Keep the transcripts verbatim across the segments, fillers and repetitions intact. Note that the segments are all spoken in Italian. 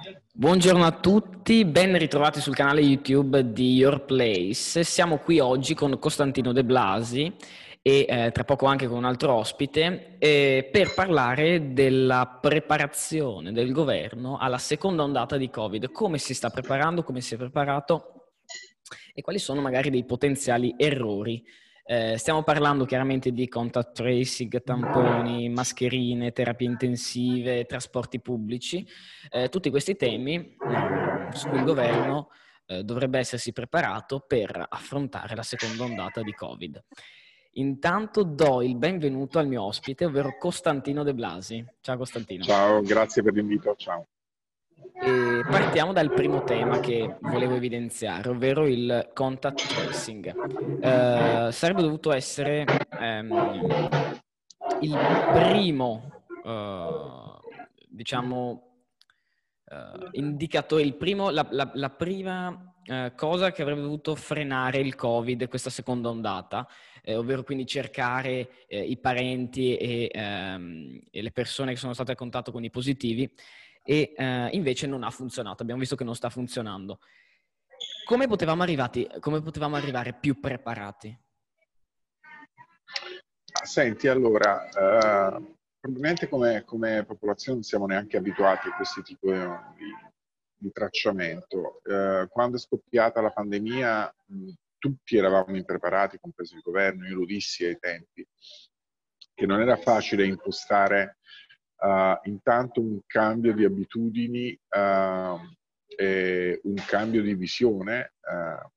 Buongiorno a tutti, ben ritrovati sul canale YouTube di Your Place. Siamo qui oggi con Costantino De Blasi e eh, tra poco anche con un altro ospite eh, per parlare della preparazione del governo alla seconda ondata di Covid. Come si sta preparando, come si è preparato e quali sono magari dei potenziali errori. Eh, stiamo parlando chiaramente di contact tracing, tamponi, mascherine, terapie intensive, trasporti pubblici, eh, tutti questi temi mh, su cui il governo eh, dovrebbe essersi preparato per affrontare la seconda ondata di Covid. Intanto do il benvenuto al mio ospite, ovvero Costantino De Blasi. Ciao Costantino. Ciao, grazie per l'invito, ciao. E partiamo dal primo tema che volevo evidenziare, ovvero il contact tracing. Eh, sarebbe dovuto essere ehm, il primo, eh, diciamo, eh, indicatore, il primo, la, la- la prima eh, cosa che avrebbe dovuto frenare il Covid, questa seconda ondata, eh, ovvero quindi cercare eh, i parenti e, ehm, e le persone che sono state a contatto con i positivi e eh, invece non ha funzionato, abbiamo visto che non sta funzionando. Come potevamo arrivati, come potevamo arrivare più preparati? Senti, allora, eh, probabilmente come, come popolazione non siamo neanche abituati a questo tipo di, di tracciamento. Eh, quando è scoppiata la pandemia, mh, tutti eravamo impreparati, compreso il governo, io lo dissi ai tempi, che non era facile impostare eh, intanto un cambio di abitudini, eh, e un cambio di visione, eh,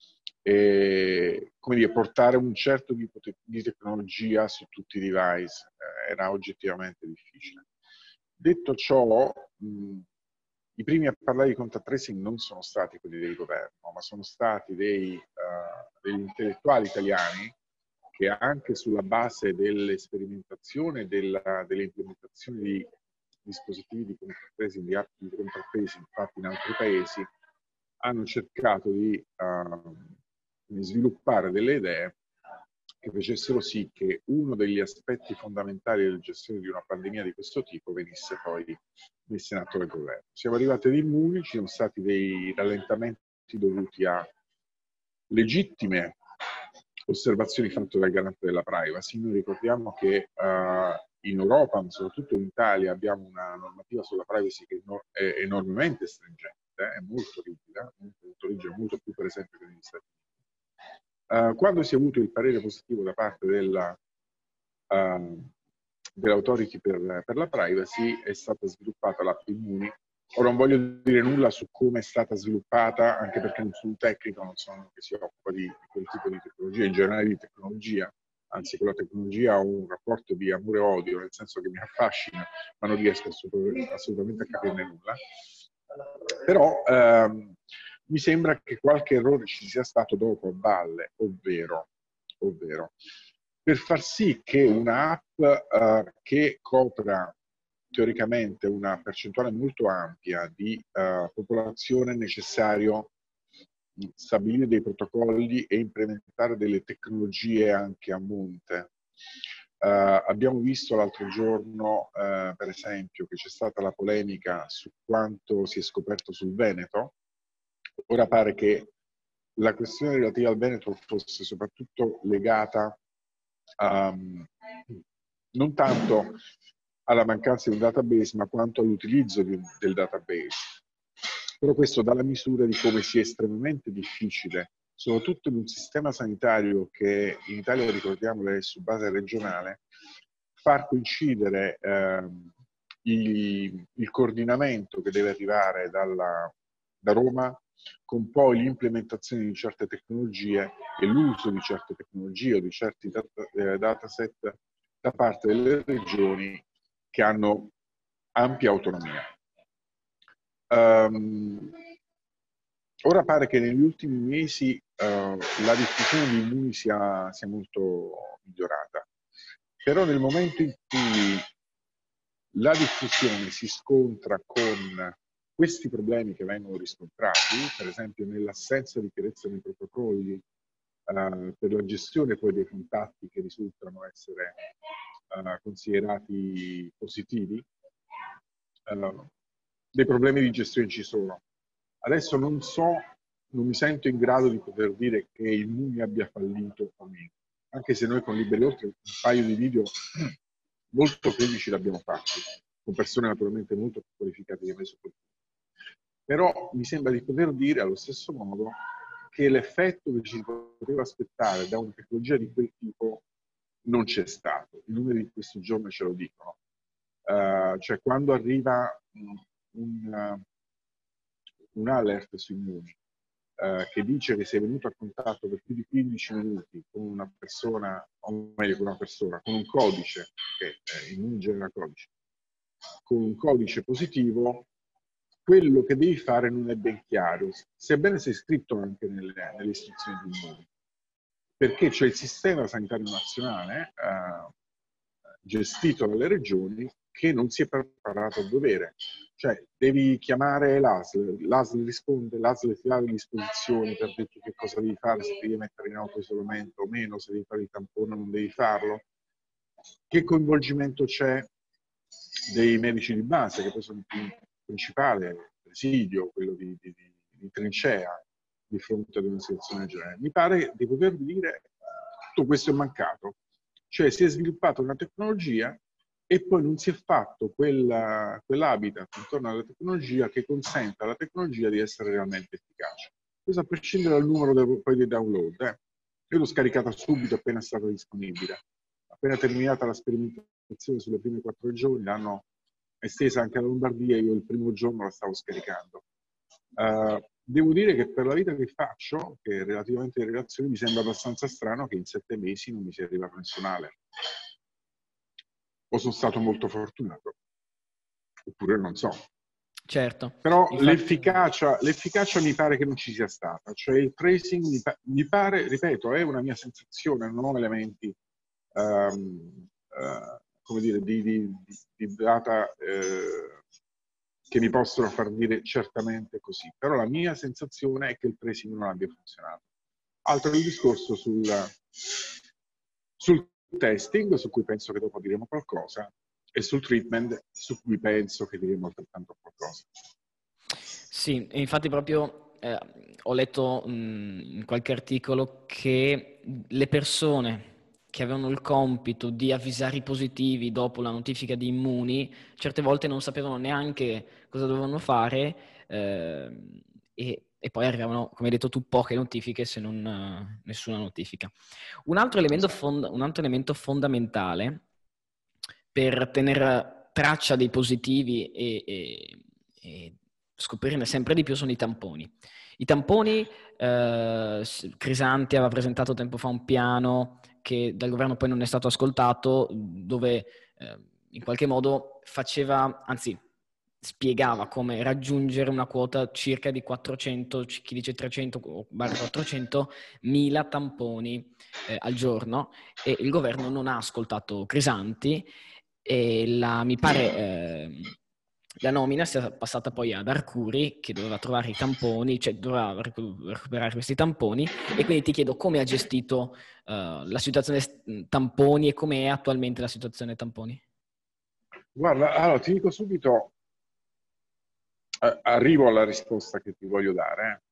e come dire, portare un certo tipo di tecnologia su tutti i device eh, era oggettivamente difficile. Detto ciò, mh, i primi a parlare di contact tracing non sono stati quelli del governo, ma sono stati dei, uh, degli intellettuali italiani che anche sulla base delle sperimentazioni e della, delle implementazioni di dispositivi di contact tracing, di app di contact tracing fatti in altri paesi, hanno cercato di, uh, di sviluppare delle idee che facessero sì che uno degli aspetti fondamentali della gestione di una pandemia di questo tipo venisse poi messo in atto dal governo. Siamo arrivati ad immuni, ci sono stati dei rallentamenti dovuti a legittime osservazioni fatte dal garante della privacy. Noi ricordiamo che uh, in Europa, ma soprattutto in Italia, abbiamo una normativa sulla privacy che è enormemente stringente, è molto rigida, molto rigida, molto più per esempio che negli Stati Uniti. Uh, quando si è avuto il parere positivo da parte della, uh, dell'Authority per, per la privacy, è stata sviluppata l'app Immuni. Ora non voglio dire nulla su come è stata sviluppata, anche perché non sono un tecnico, non sono che si occupa di, di quel tipo di tecnologia, in generale di tecnologia, anzi con la tecnologia ho un rapporto di amore e odio, nel senso che mi affascina, ma non riesco assolutamente, assolutamente a capirne nulla. Però ehm, mi sembra che qualche errore ci sia stato dopo a valle, ovvero, ovvero per far sì che un'app eh, che copra teoricamente una percentuale molto ampia di eh, popolazione è necessario stabilire dei protocolli e implementare delle tecnologie anche a monte. Uh, abbiamo visto l'altro giorno, uh, per esempio, che c'è stata la polemica su quanto si è scoperto sul Veneto. Ora pare che la questione relativa al Veneto fosse soprattutto legata um, non tanto alla mancanza di un database, ma quanto all'utilizzo di, del database. Però questo dà la misura di come sia estremamente difficile, soprattutto in un sistema sanitario che in Italia, ricordiamolo, è su base regionale, far coincidere ehm, il, il coordinamento che deve arrivare dalla, da Roma con poi l'implementazione di certe tecnologie e l'uso di certe tecnologie o di certi data, eh, dataset da parte delle regioni che hanno ampia autonomia. Um, ora pare che negli ultimi mesi uh, la diffusione di immuni sia, sia molto migliorata, però nel momento in cui la diffusione si scontra con questi problemi che vengono riscontrati, per esempio nell'assenza di chiarezza nei protocolli uh, per la gestione poi dei contatti che risultano essere uh, considerati positivi, uh, dei problemi di gestione ci sono. Adesso non so, non mi sento in grado di poter dire che il Immuni abbia fallito o meno, anche se noi con Liberi Oltre un paio di video molto critici l'abbiamo fatti, con persone naturalmente molto più qualificate di me su questo. Però mi sembra di poter dire allo stesso modo che l'effetto che ci poteva aspettare da una tecnologia di quel tipo non c'è stato. I numeri di questi giorni ce lo dicono. Uh, cioè quando arriva un, un, un alert su Immuni uh, che dice che sei venuto a contatto per più di quindici minuti con una persona, o meglio con una persona, con un codice, che eh, Immuni genera codice, con un codice positivo, quello che devi fare non è ben chiaro, sebbene sia scritto anche nelle, nelle istruzioni di Immuni, perché c'è il sistema sanitario nazionale uh, gestito dalle regioni che non si è preparato a dovere. Cioè, devi chiamare l'A S L, l'A S L risponde, l'A S L ti dà le disposizioni per dirti che cosa devi fare, se ti devi mettere in autoisolamento o meno, se devi fare il tampone o non devi farlo. Che coinvolgimento c'è dei medici di base, che poi sono il principale presidio, quello di, di, di trincea di fronte ad una situazione del genere. Mi pare di poter dire tutto questo è mancato. Cioè si è sviluppata una tecnologia e poi non si è fatto quella, quell'habitat intorno alla tecnologia che consenta alla tecnologia di essere realmente efficace. Questo a prescindere dal numero dei, poi dei download. Eh. Io l'ho scaricata subito appena è stata disponibile. Appena terminata la sperimentazione sulle prime quattro giorni, l'hanno estesa anche alla Lombardia, io il primo giorno la stavo scaricando. Uh, devo dire che per la vita che faccio, che relativamente alle relazioni, mi sembra abbastanza strano che in sette mesi non mi sia arrivato nessun alert. O sono stato molto fortunato, oppure non so. Certo. Però Infatti... l'efficacia, l'efficacia mi pare che non ci sia stata. Cioè il tracing mi, mi pare, ripeto, è una mia sensazione, non ho elementi um, uh, come dire, di, di, di data eh, che mi possono far dire certamente così. Però la mia sensazione è che il tracing non abbia funzionato. Altro il discorso sul, sul testing, su cui penso che dopo diremo qualcosa, e sul treatment, su cui penso che diremo altrettanto qualcosa. Sì, infatti proprio eh, ho letto mh, in qualche articolo che le persone che avevano il compito di avvisare i positivi dopo la notifica di Immuni, certe volte non sapevano neanche cosa dovevano fare eh, e, e poi arrivavano, come hai detto tu, poche notifiche se non uh, nessuna notifica. Un altro elemento, fond- un altro elemento fondamentale per tenere traccia dei positivi e, e, e scoprirne sempre di più sono i tamponi. I tamponi, eh, Crisanti aveva presentato tempo fa un piano che dal governo poi non è stato ascoltato, dove eh, in qualche modo faceva, anzi spiegava come raggiungere una quota circa di quattrocento, chi dice trecento o quattrocento mila tamponi eh, al giorno, e il governo non ha ascoltato Crisanti e la, mi pare eh, la nomina sia passata poi ad Arcuri, che doveva trovare i tamponi, cioè doveva recuperare questi tamponi, e quindi ti chiedo come ha gestito uh, la situazione tamponi e com'è attualmente la situazione tamponi. Guarda, allora ti dico subito, eh, arrivo alla risposta che ti voglio dare.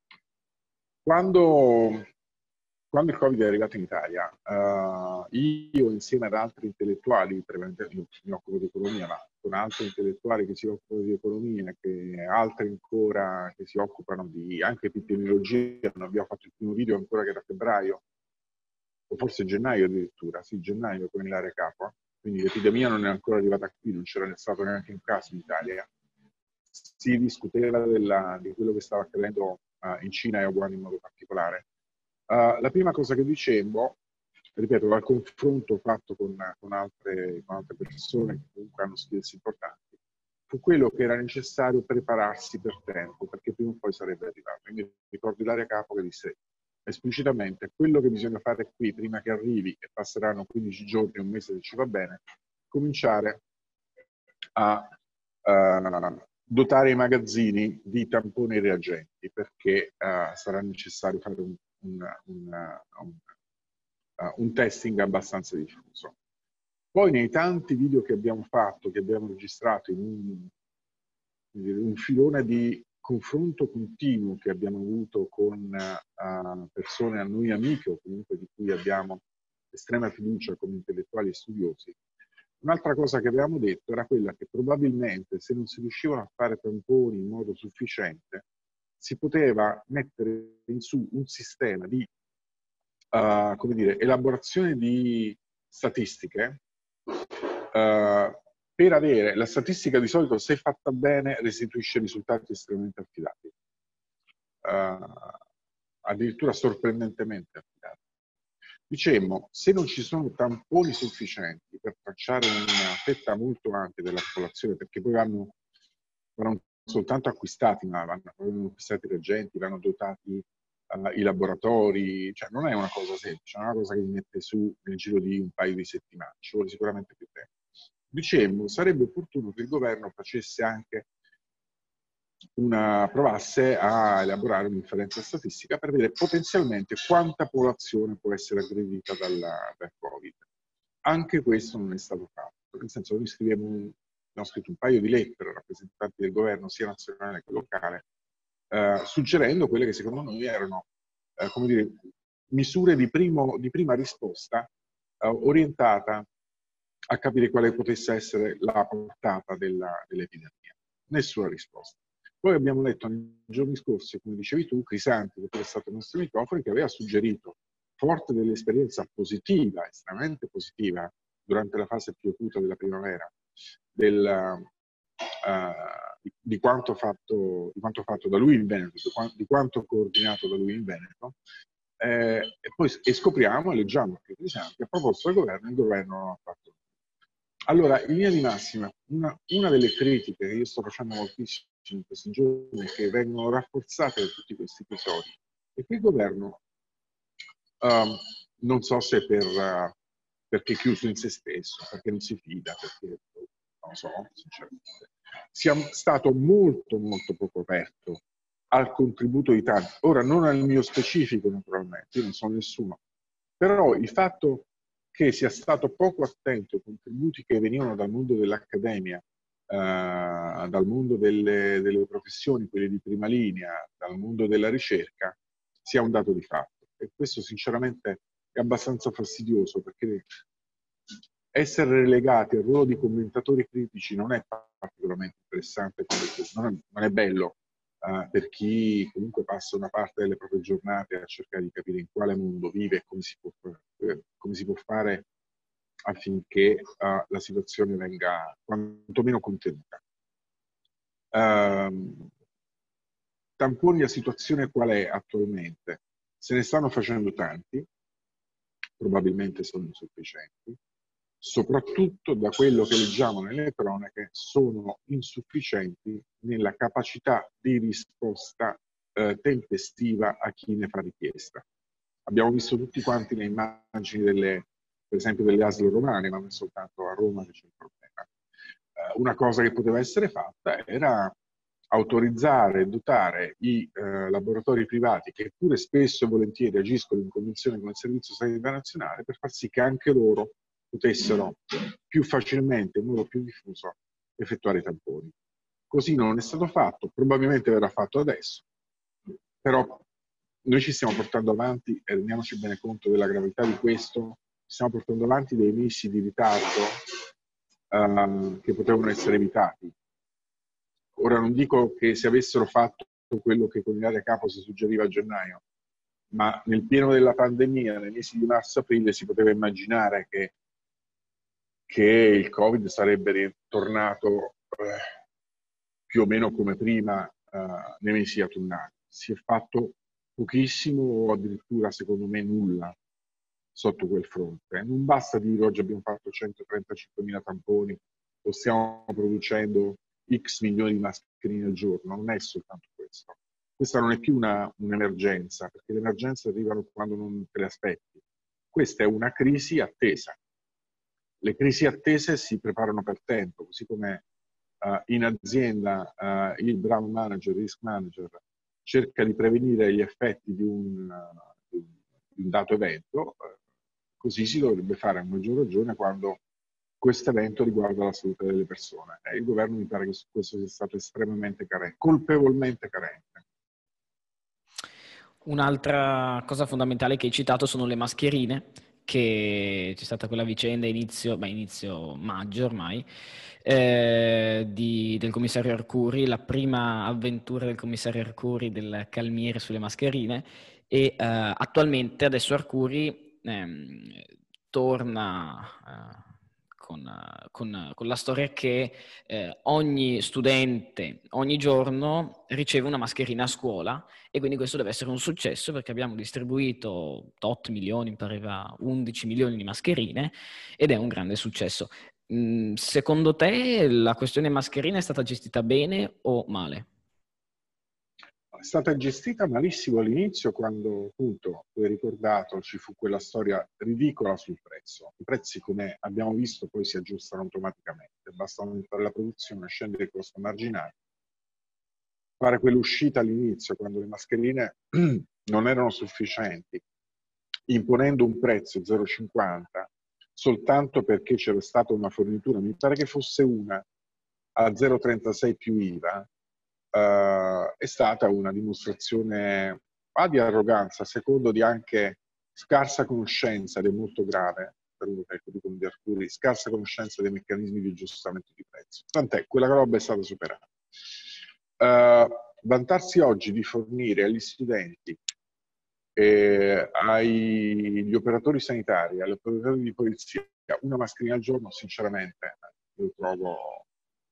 Quando, quando il Covid è arrivato in Italia, uh, io insieme ad altri intellettuali, prevalentemente mi occupo di economia, ma con altri intellettuali che si occupano di economia, che altri ancora che si occupano di anche epidemiologia, non abbiamo fatto il primo video ancora che era febbraio, o forse gennaio addirittura, sì, gennaio con Ilaria Capua, quindi l'epidemia non è ancora arrivata qui, non c'era stato neanche un caso in Italia. Si discuteva della, di quello che stava accadendo uh, in Cina e a Wuhan in modo particolare. Uh, la prima cosa che dicevo, ripeto, dal confronto fatto con, con, altre, con altre persone che comunque hanno skills importanti, fu quello che era necessario prepararsi per tempo, perché prima o poi sarebbe arrivato. Quindi ricordo Ilaria Capo che disse esplicitamente quello che bisogna fare qui prima che arrivi, e passeranno quindici giorni, un mese se ci va bene, cominciare a uh, dotare i magazzini di tamponi e reagenti, perché uh, sarà necessario fare un, un, un, un, uh, un testing abbastanza diffuso. Poi nei tanti video che abbiamo fatto, che abbiamo registrato in un, un filone di confronto continuo che abbiamo avuto con uh, persone a noi amiche o comunque di cui abbiamo estrema fiducia come intellettuali e studiosi. Un'altra cosa che avevamo detto era quella che probabilmente se non si riuscivano a fare tamponi in modo sufficiente si poteva mettere in su un sistema di uh, come dire, elaborazione di statistiche uh, per avere, la statistica di solito se fatta bene restituisce risultati estremamente affidabili, uh, addirittura sorprendentemente affidabili. Dicemmo, se non ci sono tamponi sufficienti per tracciare una fetta molto ampia della popolazione, perché poi vanno, vanno soltanto acquistati, ma vanno, vanno acquistati i reagenti, vanno dotati uh, i laboratori, cioè non è una cosa semplice, è una cosa che si mette su nel giro di un paio di settimane, ci vuole sicuramente più tempo. Dicemmo, sarebbe opportuno che il governo facesse anche una, provasse a elaborare un'inferenza statistica per vedere potenzialmente quanta popolazione può essere aggredita dalla, dal Covid. Anche questo non è stato fatto, nel senso che noi scriviamo un, abbiamo scritto un paio di lettere ai rappresentanti del governo, sia nazionale che locale, eh, suggerendo quelle che secondo noi erano eh, come dire, misure di, primo, di prima risposta eh, orientata a capire quale potesse essere la portata della, dell'epidemia. Nessuna risposta. Poi abbiamo letto nei giorni scorsi, come dicevi tu, Crisanti, che è stato il nostro microfono, che aveva suggerito, forte dell'esperienza positiva, estremamente positiva, durante la fase più acuta della primavera, del, uh, di, quanto fatto, di quanto fatto da lui in Veneto, di quanto, di quanto coordinato da lui in Veneto, eh, e poi e scopriamo e leggiamo che Crisanti ha proposto al governo e il governo non ha fatto. Allora, in linea di massima, una, una delle critiche che io sto facendo moltissimo in questi giorni e che vengono rafforzate da tutti questi episodi è che il governo, um, non so se per, uh, perché è chiuso in se stesso, perché non si fida, perché non lo so, sinceramente, sia stato molto molto poco aperto al contributo di tanti. Ora, non al mio specifico naturalmente, io non sono nessuno, però il fatto che sia stato poco attento ai contributi che venivano dal mondo dell'accademia, eh, dal mondo delle, delle professioni, quelle di prima linea, dal mondo della ricerca, sia un dato di fatto. E questo sinceramente è abbastanza fastidioso, perché essere relegati al ruolo di commentatori critici non è particolarmente interessante, non è, non è bello uh, per chi comunque passa una parte delle proprie giornate a cercare di capire in quale mondo vive e come si può, eh, come si può fare affinché uh, la situazione venga quantomeno contenuta. Uh, tamponi la situazione qual è attualmente? Se ne stanno facendo tanti, probabilmente sono insufficienti, soprattutto da quello che leggiamo nelle cronache, sono insufficienti nella capacità di risposta eh, tempestiva a chi ne fa richiesta. Abbiamo visto tutti quanti le immagini, delle, per esempio, delle A S L romane, ma non soltanto a Roma che c'è il problema. Eh, una cosa che poteva essere fatta era autorizzare e dotare i eh, laboratori privati, che pure spesso e volentieri agiscono in convenzione con il Servizio Sanitario Nazionale, per far sì che anche loro potessero più facilmente, in modo più diffuso, effettuare i tamponi. Così non è stato fatto, probabilmente verrà fatto adesso, però noi ci stiamo portando avanti, e rendiamoci bene conto della gravità di questo, ci stiamo portando avanti dei mesi di ritardo uh, che potevano essere evitati. Ora non dico che se avessero fatto quello che con Ilaria Capo si suggeriva a gennaio, ma nel pieno della pandemia, nei mesi di marzo-aprile, si poteva immaginare che, che il Covid sarebbe ritornato eh, più o meno come prima eh, nei mesi autunnali. Si è fatto pochissimo o addirittura, secondo me, nulla sotto quel fronte. Non basta dire oggi abbiamo fatto centotrentacinquemila tamponi o stiamo producendo X milioni di mascherine al giorno, non è soltanto questo. Questa non è più una, un'emergenza, perché le emergenze arrivano quando non te le aspetti. Questa è una crisi attesa. Le crisi attese si preparano per tempo, così come uh, in azienda uh, il brand manager, il risk manager, cerca di prevenire gli effetti di un, uh, di un dato evento, uh, così si dovrebbe fare a maggior ragione quando questo evento riguarda la salute delle persone. E il governo mi pare che su questo sia stato estremamente carente, colpevolmente carente. Un'altra cosa fondamentale che hai citato sono le mascherine, che c'è stata quella vicenda inizio, beh, inizio maggio ormai, eh, di, del commissario Arcuri, la prima avventura del commissario Arcuri del calmiere sulle mascherine, e eh, attualmente adesso Arcuri ehm, torna eh, con, con, con la storia che eh, ogni studente ogni giorno riceve una mascherina a scuola, e quindi questo deve essere un successo perché abbiamo distribuito otto milioni, mi pareva undici milioni di mascherine, ed è un grande successo. Mm, secondo te la questione mascherine è stata gestita bene o male? È stata gestita malissimo all'inizio quando, appunto, tu hai ricordato, ci fu quella storia ridicola sul prezzo. I prezzi, come abbiamo visto, poi si aggiustano automaticamente. Basta aumentare la produzione, scendere il costo marginale. Fare quell'uscita all'inizio, quando le mascherine non erano sufficienti, imponendo un prezzo zero virgola cinquanta, soltanto perché c'era stata una fornitura, mi pare che fosse una, a zero virgola trentasei più I V A, Uh, è stata una dimostrazione ah, di arroganza, secondo di anche scarsa conoscenza, ed è molto grave per uno che curriculum di Arcuri, scarsa conoscenza dei meccanismi di aggiustamento di prezzo. Tant'è, quella roba è stata superata. Uh, vantarsi oggi di fornire agli studenti, eh, agli operatori sanitari, agli operatori di polizia una mascherina al giorno, sinceramente, lo trovo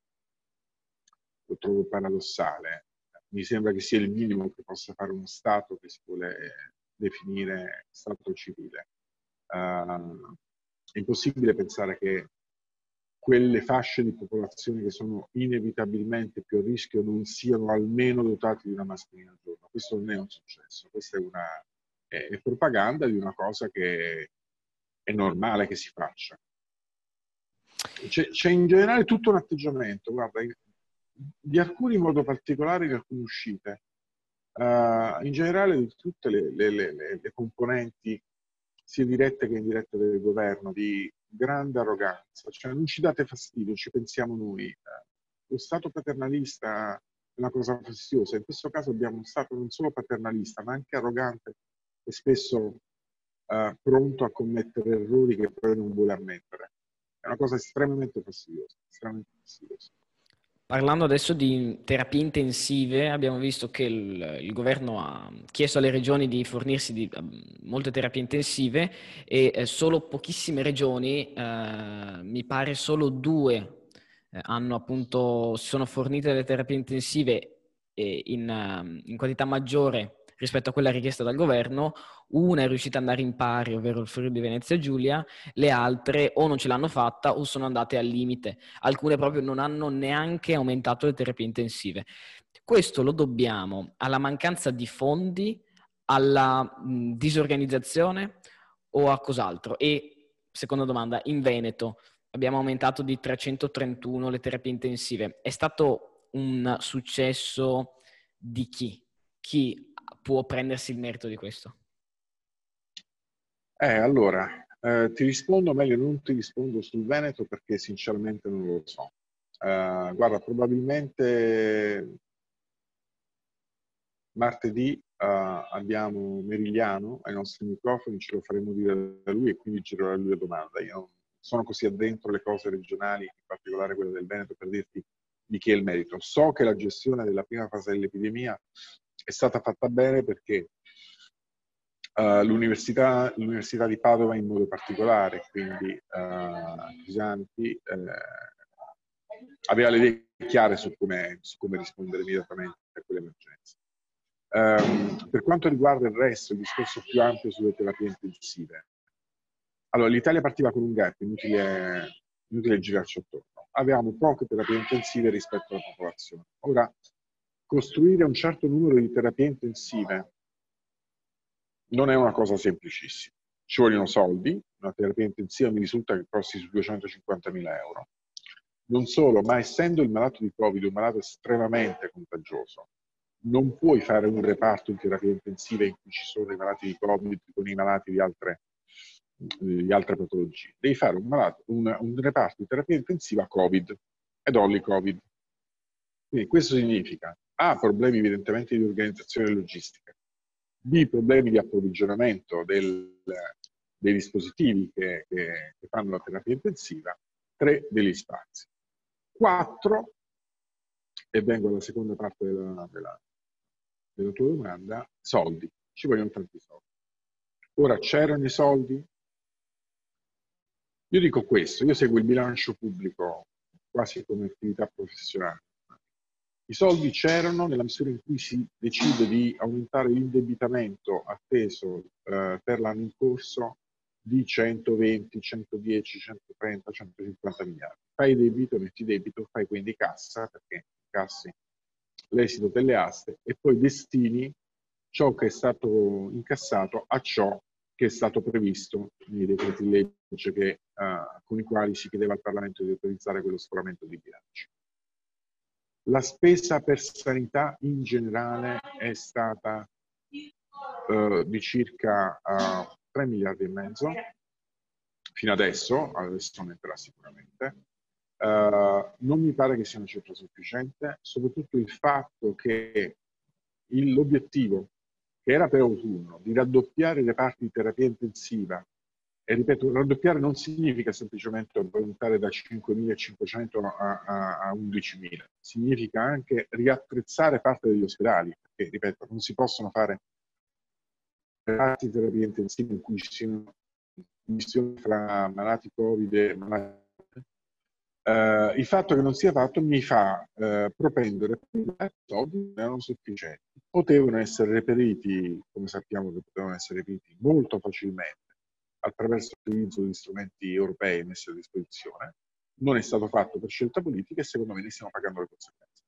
lo trovo paradossale. Mi sembra che sia il minimo che possa fare uno Stato che si vuole definire Stato civile. Uh, è impossibile pensare che quelle fasce di popolazione che sono inevitabilmente più a rischio non siano almeno dotati di una mascherina al giorno. Questo non è un successo, questa è una è, è propaganda di una cosa che è normale che si faccia. C'è, c'è in generale tutto un atteggiamento, guarda, di alcuni in modo particolare, di alcune uscite, uh, in generale di tutte le, le, le, le componenti, sia dirette che indirette del governo, di grande arroganza. Cioè, non ci date fastidio, ci pensiamo noi. Lo Stato paternalista è una cosa fastidiosa. In questo caso abbiamo un Stato non solo paternalista, ma anche arrogante e spesso uh, pronto a commettere errori che poi non vuole ammettere. È una cosa estremamente fastidiosa, estremamente fastidiosa. Parlando adesso di terapie intensive, abbiamo visto che il, il governo ha chiesto alle regioni di fornirsi di um, molte terapie intensive, e eh, solo pochissime regioni, eh, mi pare solo due, eh, hanno appunto, si sono fornite delle terapie intensive eh, in, uh, in quantità maggiore rispetto a quella richiesta dal governo. Una è riuscita ad andare in pari, ovvero il Friuli Venezia Giulia, le altre o non ce l'hanno fatta o sono andate al limite. Alcune proprio non hanno neanche aumentato le terapie intensive. Questo lo dobbiamo alla mancanza di fondi, alla mh, disorganizzazione o a cos'altro? E seconda domanda, in Veneto abbiamo aumentato di trecentotrentuno le terapie intensive. È stato un successo di chi? Chi può prendersi il merito di questo? Eh, allora, eh, ti rispondo, meglio non ti rispondo sul Veneto perché sinceramente non lo so. Eh, guarda, probabilmente martedì eh, abbiamo Merigliano ai nostri microfoni, ce lo faremo dire da lui e quindi girerò a lui la domanda. Io non sono così addentro le cose regionali, in particolare quelle del Veneto, per dirti di chi è il merito. So che la gestione della prima fase dell'epidemia è stata fatta bene perché Uh, l'università, l'università di Padova in modo particolare, quindi uh, Crisanti, eh, aveva le idee chiare su come, su come rispondere immediatamente a quell'emergenza. Um, per quanto riguarda il resto, il discorso più ampio sulle terapie intensive, allora l'Italia partiva con un gap, inutile, inutile girarci attorno. Avevamo poche terapie intensive rispetto alla popolazione. Ora, costruire un certo numero di terapie intensive non è una cosa semplicissima. Ci vogliono soldi, una terapia intensiva mi risulta che costi su duecentocinquantamila euro. Non solo, ma essendo il malato di Covid un malato estremamente contagioso, non puoi fare un reparto in terapia intensiva in cui ci sono i malati di Covid con i malati di altre, di altre patologie. Devi fare un, malato, un, un reparto di terapia intensiva Covid ed only Covid. Quindi questo significa A, problemi evidentemente di organizzazione e logistica, B, problemi di approvvigionamento del, dei dispositivi che, che, che fanno la terapia intensiva, tre, degli spazi. quattro, e vengo alla seconda parte della, della, della tua domanda, soldi. Ci vogliono tanti soldi. Ora, c'erano i soldi? Io dico questo, io seguo il bilancio pubblico quasi come attività professionale. I soldi c'erano nella misura in cui si decide di aumentare l'indebitamento atteso eh, per l'anno in corso di centoventi, centodieci, centotrenta, centocinquanta miliardi. Fai debito, metti debito, fai quindi cassa, perché incassi l'esito delle aste e poi destini ciò che è stato incassato a ciò che è stato previsto nei decreti legge che, uh, con i quali si chiedeva al Parlamento di autorizzare quello sforamento di bilancio. La spesa per sanità in generale è stata uh, di circa uh, tre miliardi e mezzo, fino adesso, adesso aumenterà sicuramente. Uh, non mi pare che sia una cifra sufficiente, soprattutto il fatto che l'obiettivo che era per autunno di raddoppiare i reparti di terapia intensiva, e ripeto, raddoppiare non significa semplicemente aumentare da cinquemilacinquecento a, a, a undicimila, significa anche riattrezzare parte degli ospedali, perché, ripeto, non si possono fare reparti di terapia intensiva in cui ci siano missioni fra malati Covid e malati. Uh, il fatto che non sia fatto mi fa uh, propendere che i soldi non erano sufficienti. Potevano essere reperiti, come sappiamo che potevano essere reperiti molto facilmente attraverso l'utilizzo di strumenti europei messi a disposizione. Non è stato fatto per scelta politica e secondo me ne stiamo pagando le conseguenze.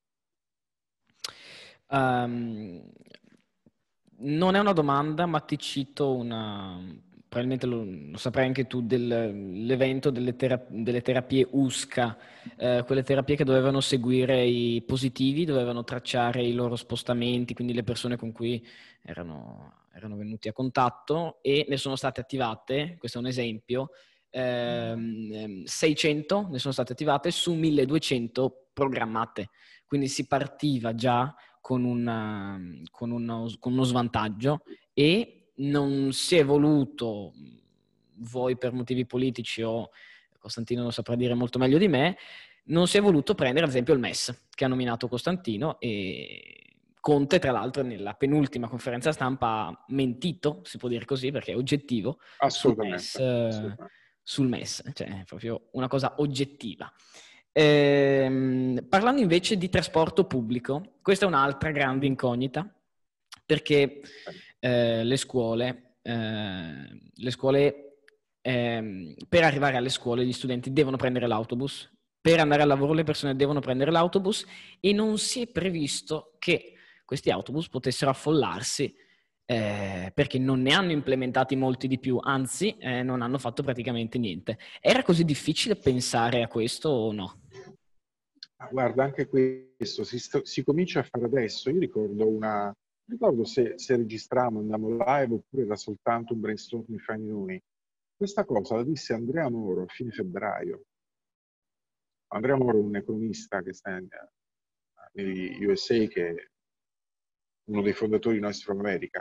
Um, non è una domanda, ma ti cito una... probabilmente lo, lo saprai anche tu, dell'evento delle, terap- delle terapie U S C A, eh, quelle terapie che dovevano seguire i positivi, dovevano tracciare i loro spostamenti, quindi le persone con cui erano, erano venuti a contatto, e ne sono state attivate, questo è un esempio, ehm, seicento ne sono state attivate su milleduecento programmate, quindi si partiva già con, una, con, uno, con uno svantaggio e non si è voluto, voi per motivi politici o Costantino lo saprà dire molto meglio di me, non si è voluto prendere ad esempio il M E S che ha nominato Costantino, e Conte tra l'altro nella penultima conferenza stampa ha mentito, si può dire così perché è oggettivo, sul M E S, Assolutamente. sul M E S, cioè è proprio una cosa oggettiva. Eh, parlando invece di trasporto pubblico, questa è un'altra grande incognita, perché eh, le scuole, eh, le scuole eh, per arrivare alle scuole gli studenti devono prendere l'autobus, per andare al lavoro le persone devono prendere l'autobus, e non si è previsto che questi autobus potessero affollarsi, eh, perché non ne hanno implementati molti di più, anzi eh, non hanno fatto praticamente niente. Era così difficile pensare a questo o no? Guarda, anche questo si, st- si comincia a fare adesso. Io ricordo una, ricordo se, se registravamo, andavamo live oppure era soltanto un brainstorming fra di noi. Questa cosa la disse Andrea Moro a fine febbraio. Andrea Moro è un economista che sta negli U S A, che è uno dei fondatori di Noise from America.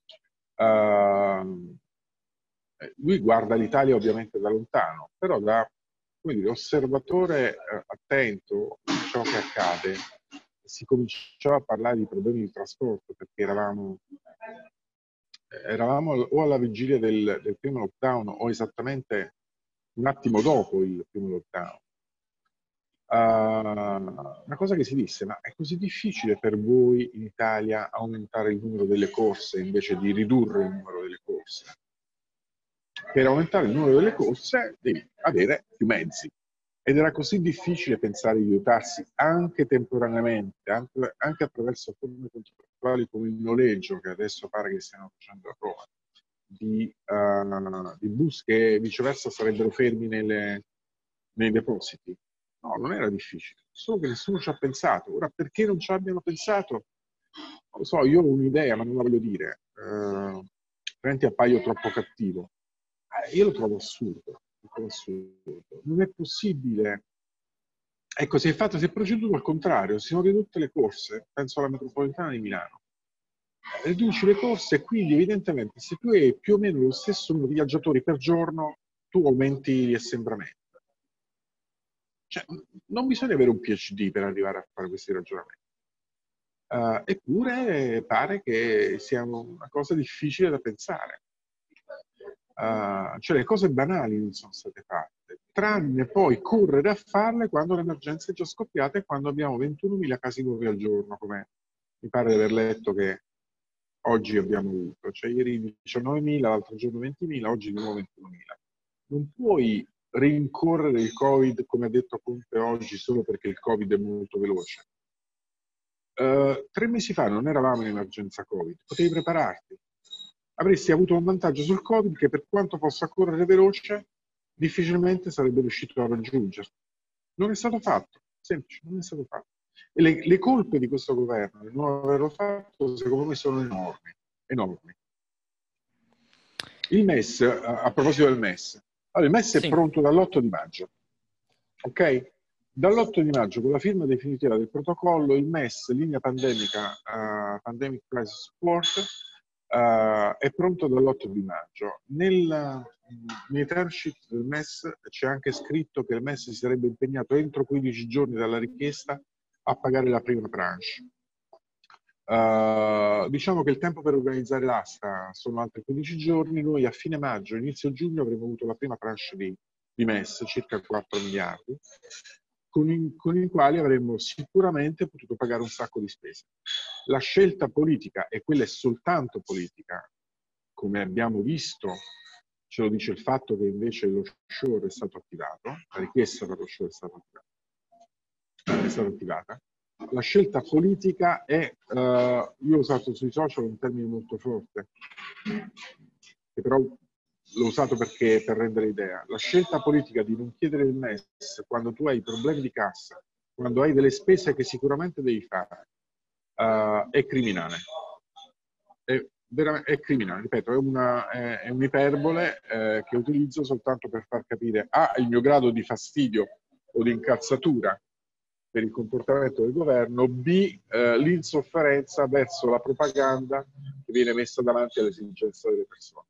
Uh, lui guarda l'Italia ovviamente da lontano, però da, come dire, osservatore eh, attento a ciò che accade, si cominciava a parlare di problemi di trasporto, perché eravamo, eravamo o alla vigilia del, del primo lockdown o esattamente un attimo dopo il primo lockdown. Uh, una cosa che si disse: ma è così difficile per voi in Italia aumentare il numero delle corse invece di ridurre il numero delle corse? Per aumentare il numero delle corse devi avere più mezzi, ed era così difficile pensare di dotarsi anche temporaneamente, anche, anche attraverso forme contrattuali come il noleggio, che adesso pare che stiano facendo a Roma, di, uh, di bus che viceversa sarebbero fermi nelle, nei depositi. No, non era difficile, solo che nessuno ci ha pensato. Ora, perché non ci abbiano pensato? Non lo so, io ho un'idea, ma non la voglio dire. Uh, Veramente appaio troppo cattivo. io lo trovo assurdo, lo trovo assurdo. Non è possibile. Ecco, si è fatto, si è proceduto al contrario, si sono ridotte le corse, penso alla metropolitana di Milano. Riduci le corse e quindi evidentemente se tu hai più o meno lo stesso numero di viaggiatori per giorno, tu aumenti gli assembramenti. Cioè, non bisogna avere un PhD per arrivare a fare questi ragionamenti. Uh, eppure pare che sia una cosa difficile da pensare. Uh, cioè le cose banali non sono state fatte, tranne poi correre a farle quando l'emergenza è già scoppiata e quando abbiamo ventunomila casi nuovi al giorno, come mi pare di aver letto che oggi abbiamo avuto. Cioè ieri diciannovemila, l'altro giorno ventimila, oggi di nuovo ventunomila. Non puoi rincorrere il Covid, come ha detto Conte oggi, solo perché il Covid è molto veloce. Uh, tre mesi fa non eravamo in emergenza Covid, potevi prepararti. Avresti avuto un vantaggio sul Covid che per quanto possa correre veloce, difficilmente sarebbe riuscito a raggiungere. Non è stato fatto, semplice, non è stato fatto. E le, le colpe di questo governo di non averlo fatto, secondo me, sono enormi, enormi. Il M E S, a, a proposito del M E S, allora, il M E S sì. È pronto dall'otto di maggio, ok? Dall'otto di maggio, con la firma definitiva del protocollo, il M E S, linea pandemica, uh, Pandemic Crisis Support, uh, è pronto dall'otto di maggio. Nel, nei term sheet del M E S c'è anche scritto che il M E S si sarebbe impegnato entro quindici giorni dalla richiesta a pagare la prima tranche. Uh, diciamo che il tempo per organizzare l'asta sono altri quindici giorni. Noi a fine maggio, inizio giugno avremo avuto la prima tranche di, di M E S, circa quattro miliardi. Con, in, con i quali avremmo sicuramente potuto pagare un sacco di spese. La scelta politica, e quella è soltanto politica, come abbiamo visto, ce lo dice il fatto che invece lo shore è stato attivato, la richiesta per lo shore è stata attivata, è stata attivata. La scelta politica è, uh, io ho usato sui social un termine molto forte, che però l'ho usato perché per rendere idea. La scelta politica di non chiedere il M E S quando tu hai problemi di cassa, quando hai delle spese che sicuramente devi fare, uh, è criminale. È, è criminale, ripeto, è, una, è, è un'iperbole eh, che utilizzo soltanto per far capire A, il mio grado di fastidio o di incazzatura per il comportamento del governo, B, eh, l'insofferenza verso la propaganda che viene messa davanti alle esigenze delle persone.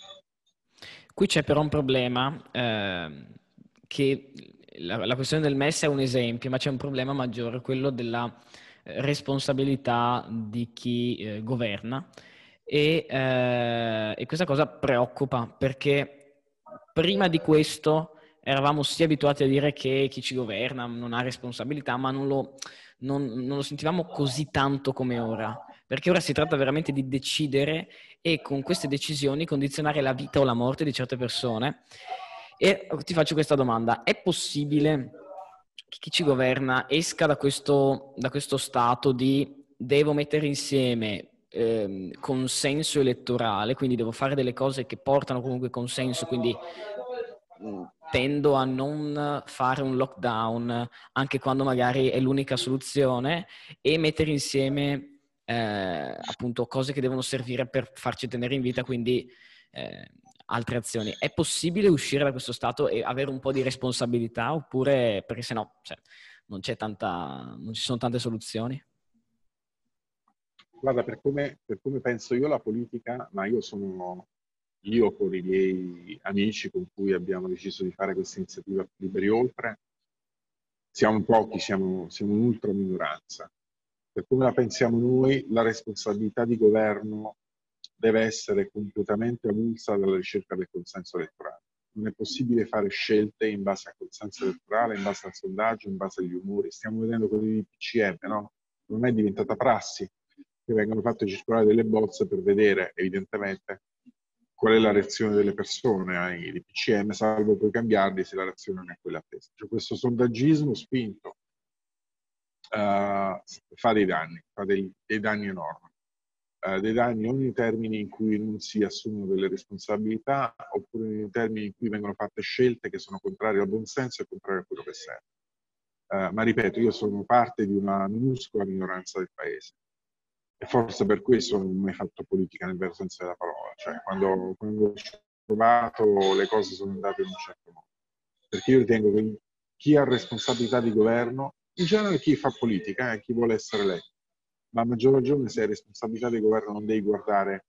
Qui c'è però un problema, eh, che la, la questione del M E S è un esempio, ma c'è un problema maggiore, quello della responsabilità di chi eh, governa e, eh, e questa cosa preoccupa perché prima di questo eravamo sì abituati a dire che chi ci governa non ha responsabilità, ma non lo, non, non lo sentivamo così tanto come ora, perché ora si tratta veramente di decidere e con queste decisioni condizionare la vita o la morte di certe persone. E ti faccio questa domanda: è possibile che chi ci governa esca da questo, da questo stato di devo mettere insieme ehm, consenso elettorale, quindi devo fare delle cose che portano comunque consenso, quindi mh, tendo a non fare un lockdown anche quando magari è l'unica soluzione, e mettere insieme Eh, appunto cose che devono servire per farci tenere in vita, quindi eh, altre azioni. È possibile uscire da questo stato e avere un po' di responsabilità, oppure perché se no cioè, non c'è tanta, non ci sono tante soluzioni? Guarda, per come, per come penso io la politica, ma io sono io con i miei amici con cui abbiamo deciso di fare questa iniziativa Liberi Oltre, siamo pochi, siamo, siamo un'ultra minoranza. Per come la pensiamo noi, la responsabilità di governo deve essere completamente avulsa dalla ricerca del consenso elettorale. Non è possibile fare scelte in base al consenso elettorale, in base al sondaggio, in base agli umori. Stiamo vedendo quelli di P C M, no? Non è diventata prassi che vengano fatte circolare delle bozze per vedere, evidentemente, qual è la reazione delle persone ai P C M, salvo poi cambiarli se la reazione non è quella attesa. Cioè, questo sondaggismo spinto Uh, fa dei danni, fa dei, dei danni enormi, uh, dei danni o nei termini in cui non si assumono delle responsabilità, oppure nei termini in cui vengono fatte scelte che sono contrarie al buon senso e contrarie a quello che serve. Uh, ma ripeto, io sono parte di una minuscola minoranza del paese e forse per questo non ho mai fatto politica nel vero senso della parola. Cioè, quando, quando provato, le cose sono andate in un certo modo. Perché io ritengo che chi ha responsabilità di governo, in genere chi fa politica, eh, chi vuole essere eletto, ma a maggior ragione se hai responsabilità di governo non devi guardare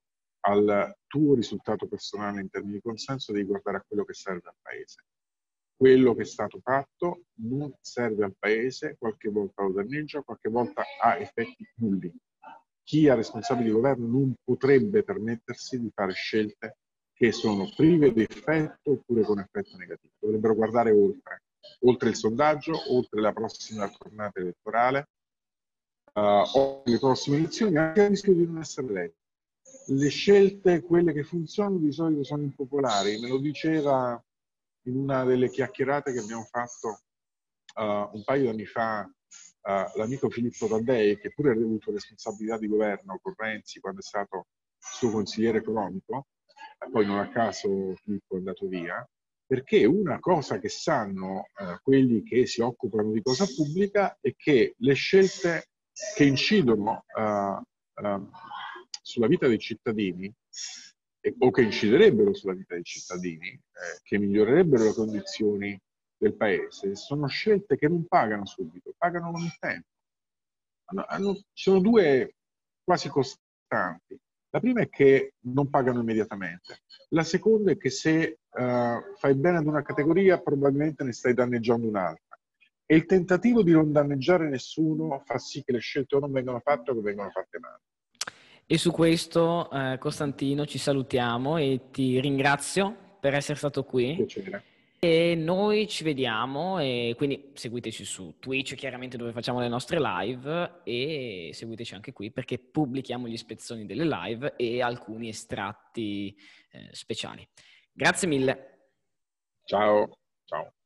al tuo risultato personale in termini di consenso, devi guardare a quello che serve al Paese. Quello che è stato fatto non serve al Paese, qualche volta lo danneggia, qualche volta ha effetti nulli. Chi ha responsabili di governo non potrebbe permettersi di fare scelte che sono prive di effetto oppure con effetto negativo. Dovrebbero guardare oltre, oltre il sondaggio, oltre la prossima tornata elettorale, uh, o le prossime elezioni, anche a rischio di non essere eletti. Le scelte, quelle che funzionano, di solito sono impopolari. Me lo diceva in una delle chiacchierate che abbiamo fatto uh, un paio di anni fa uh, l'amico Filippo Taddei, che pure ha avuto responsabilità di governo con Renzi quando è stato suo consigliere economico, e poi non a caso Filippo è andato via, perché una cosa che sanno uh, quelli che si occupano di cosa pubblica è che le scelte che incidono uh, uh, sulla vita dei cittadini eh, o che inciderebbero sulla vita dei cittadini, eh, che migliorerebbero le condizioni del paese, sono scelte che non pagano subito, pagano con il tempo. Hanno, hanno, ci sono due quasi costanti. La prima è che non pagano immediatamente. La seconda è che se uh, fai bene ad una categoria, probabilmente ne stai danneggiando un'altra. E il tentativo di non danneggiare nessuno fa sì che le scelte o non vengano fatte o che vengano fatte male. E su questo, eh, Costantino, ci salutiamo e ti ringrazio per essere stato qui. Piacere. E noi ci vediamo, e quindi seguiteci su Twitch, chiaramente, dove facciamo le nostre live, e seguiteci anche qui perché pubblichiamo gli spezzoni delle live e alcuni estratti eh, speciali. Grazie mille. Ciao. Ciao.